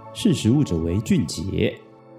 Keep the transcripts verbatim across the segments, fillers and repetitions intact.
识时务者为俊杰。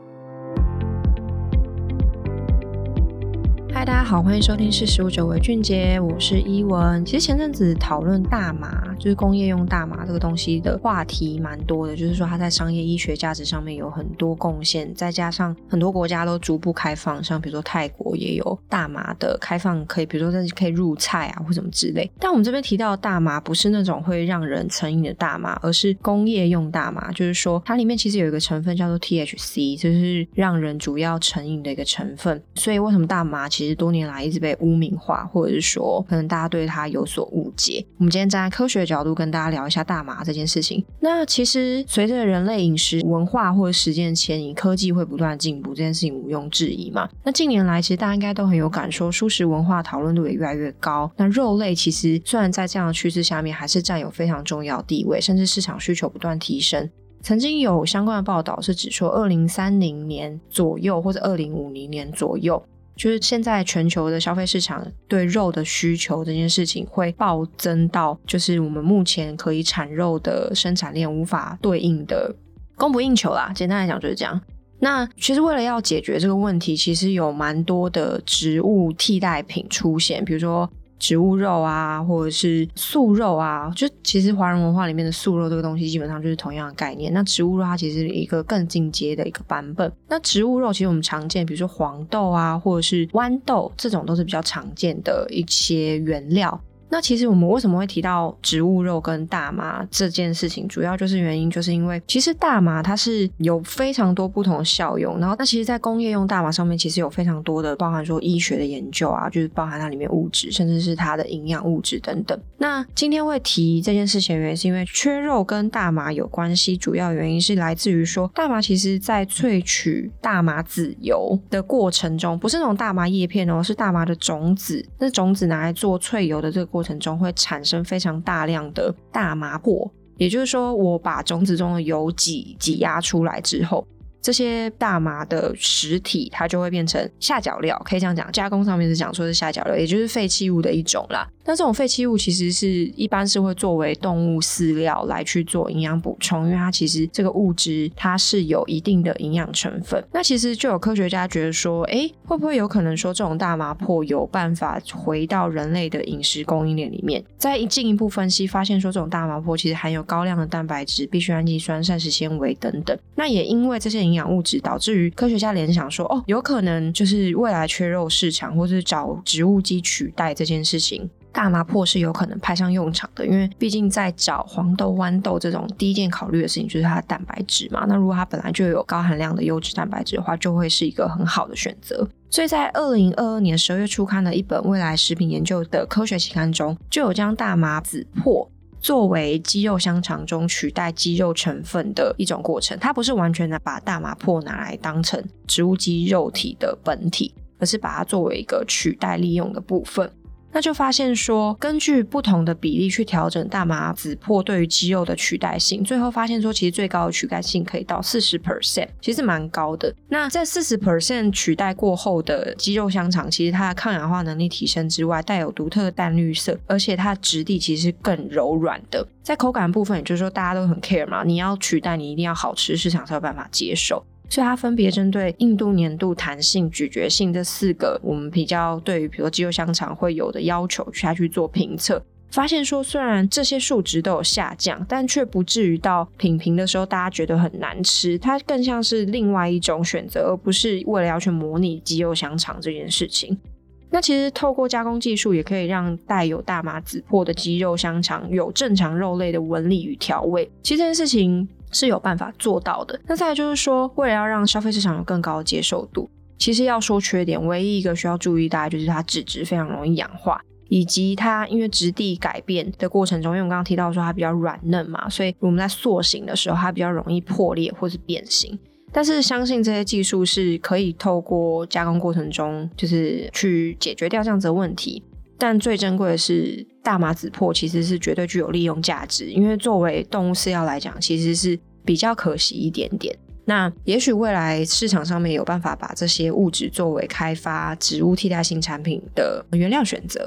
嗨，大家好，欢迎收听识时务者为俊杰，我是依文。其实前阵子讨论大麻，就是工业用大麻这个东西的话题蛮多的，就是说它在商业医学价值上面有很多贡献，再加上很多国家都逐步开放，像比如说泰国也有大麻的开放，可以比如说可以入菜啊或什么之类。但我们这边提到的大麻不是那种会让人成瘾的大麻，而是工业用大麻，就是说它里面其实有一个成分叫做 T H C， 就是让人主要成瘾的一个成分。所以为什么大麻其实多年来一直被污名化，或者是说可能大家对它有所误解。我们今天站在科学的角度跟大家聊一下大麻这件事情。那其实随着人类饮食文化或者时间的牵引，科技会不断进步，这件事情毋庸置疑嘛。那近年来其实大家应该都很有感受，蔬食文化讨论度也越来越高。那肉类其实虽然在这样的趋势下面还是占有非常重要的地位，甚至市场需求不断提升。曾经有相关的报道是指说二零三零年左右或者二零五零年左右，就是现在全球的消费市场对肉的需求这件事情会暴增到就是我们目前可以产肉的生产链无法对应的，供不应求啦，简单来讲就是这样。那其实为了要解决这个问题，其实有蛮多的植物替代品出现，比如说植物肉啊，或者是素肉啊，就其实华人文化里面的素肉这个东西基本上就是同样的概念。那植物肉它其实是一个更进阶的一个版本。那植物肉其实我们常见比如说黄豆啊，或者是豌豆，这种都是比较常见的一些原料。那其实我们为什么会提到植物肉跟大麻这件事情，主要就是原因就是因为其实大麻它是有非常多不同的效用，然后那其实在工业用大麻上面其实有非常多的包含说医学的研究啊，就是包含它里面物质甚至是它的营养物质等等。那今天会提这件事情的原因是因为缺肉跟大麻有关系，主要原因是来自于说大麻其实在萃取大麻籽油的过程中，不是那种大麻叶片哦，是大麻的种子，那种子拿来做萃油的这个过程过程中会产生非常大量的大麻粕，也就是说我把种子中的油挤挤压出来之后，这些大麻的实体它就会变成下脚料，可以这样讲，加工上面是讲说是下脚料，也就是废弃物的一种啦。那这种废弃物其实是一般是会作为动物饲料来去做营养补充，因为它其实这个物质它是有一定的营养成分。那其实就有科学家觉得说，诶，会不会有可能说这种大麻粕有办法回到人类的饮食供应链里面，再进一步分析发现说这种大麻粕其实含有高量的蛋白质、必需氨基酸、膳食纤维等等。那也因为这些营养物质导致于科学家联想说，哦，有可能就是未来缺肉市场或是找植物基取代这件事情，大麻粕是有可能派上用场的。因为毕竟在找黄豆、豌豆这种第一件考虑的事情就是它的蛋白质嘛，那如果它本来就有高含量的优质蛋白质的话，就会是一个很好的选择。所以在二零二二年十二月初刊的一本未来食品研究的科学期刊中，就有将大麻籽粕作为鸡肉香肠中取代鸡肉成分的一种过程。它不是完全的把大麻粕拿来当成植物基肉体的本体，而是把它作为一个取代利用的部分。那就发现说根据不同的比例去调整大麻籽粕对于鸡肉的取代性，最后发现说其实最高的取代性可以到 百分之四十， 其实蛮高的。那在 百分之四十 取代过后的鸡肉香肠，其实它的抗氧化能力提升之外，带有独特的淡绿色，而且它的质地其实是更柔软的。在口感部分也就是说大家都很 care 嘛，你要取代你一定要好吃，市场才有办法接受。所以它分别针对硬度、粘度、弹性、咀嚼性这四个我们比较对于比如说鸡肉香肠会有的要求去下去做评测，发现说虽然这些数值都有下降，但却不至于到品评的时候大家觉得很难吃，它更像是另外一种选择，而不是为了要去模拟鸡肉香肠这件事情。那其实透过加工技术也可以让带有大麻籽粕的鸡肉香肠有正常肉类的纹理与调味，其实这件事情是有办法做到的。那再来就是说为了要让消费市场有更高的接受度，其实要说缺点唯一一个需要注意大概就是它脂质非常容易氧化，以及它因为质地改变的过程中，因为我们刚刚提到说它比较软嫩嘛，所以我们在塑形的时候它比较容易破裂或是变形。但是相信这些技术是可以透过加工过程中就是去解决掉这样子的问题。但最珍贵的是大麻籽粕其实是绝对具有利用价值，因为作为动物饲料来讲其实是比较可惜一点点。那也许未来市场上面有办法把这些物质作为开发植物替代性产品的原料选择，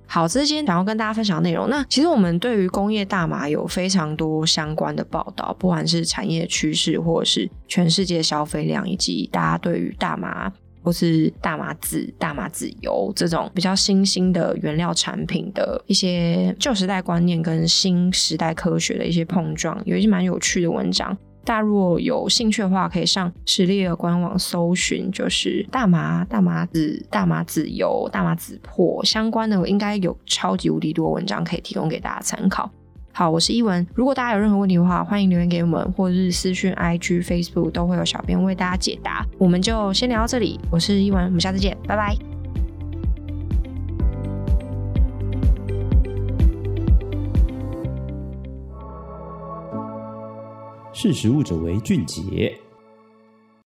好，这是今天想要跟大家分享的内容。那其实我们对于工业大麻有非常多相关的报道，不管是产业趋势或者是全世界消费量，以及大家对于大麻或是大麻籽、大麻籽油这种比较新兴的原料产品的一些旧时代观念跟新时代科学的一些碰撞，有一些蛮有趣的文章。大家如果有兴趣的话，可以上史力尔官网搜寻，就是大麻、大麻籽、大麻籽油、大麻籽粕相关的，应该有超级无敌多文章可以提供给大家参考。好，我是依文，如果大家有任何问题的话，欢迎留言给我们，或者是私讯 I G Facebook 都会有小编为大家解答。我们就先聊到这里，我是依文，我们下次见，拜拜。 识时务者为俊杰。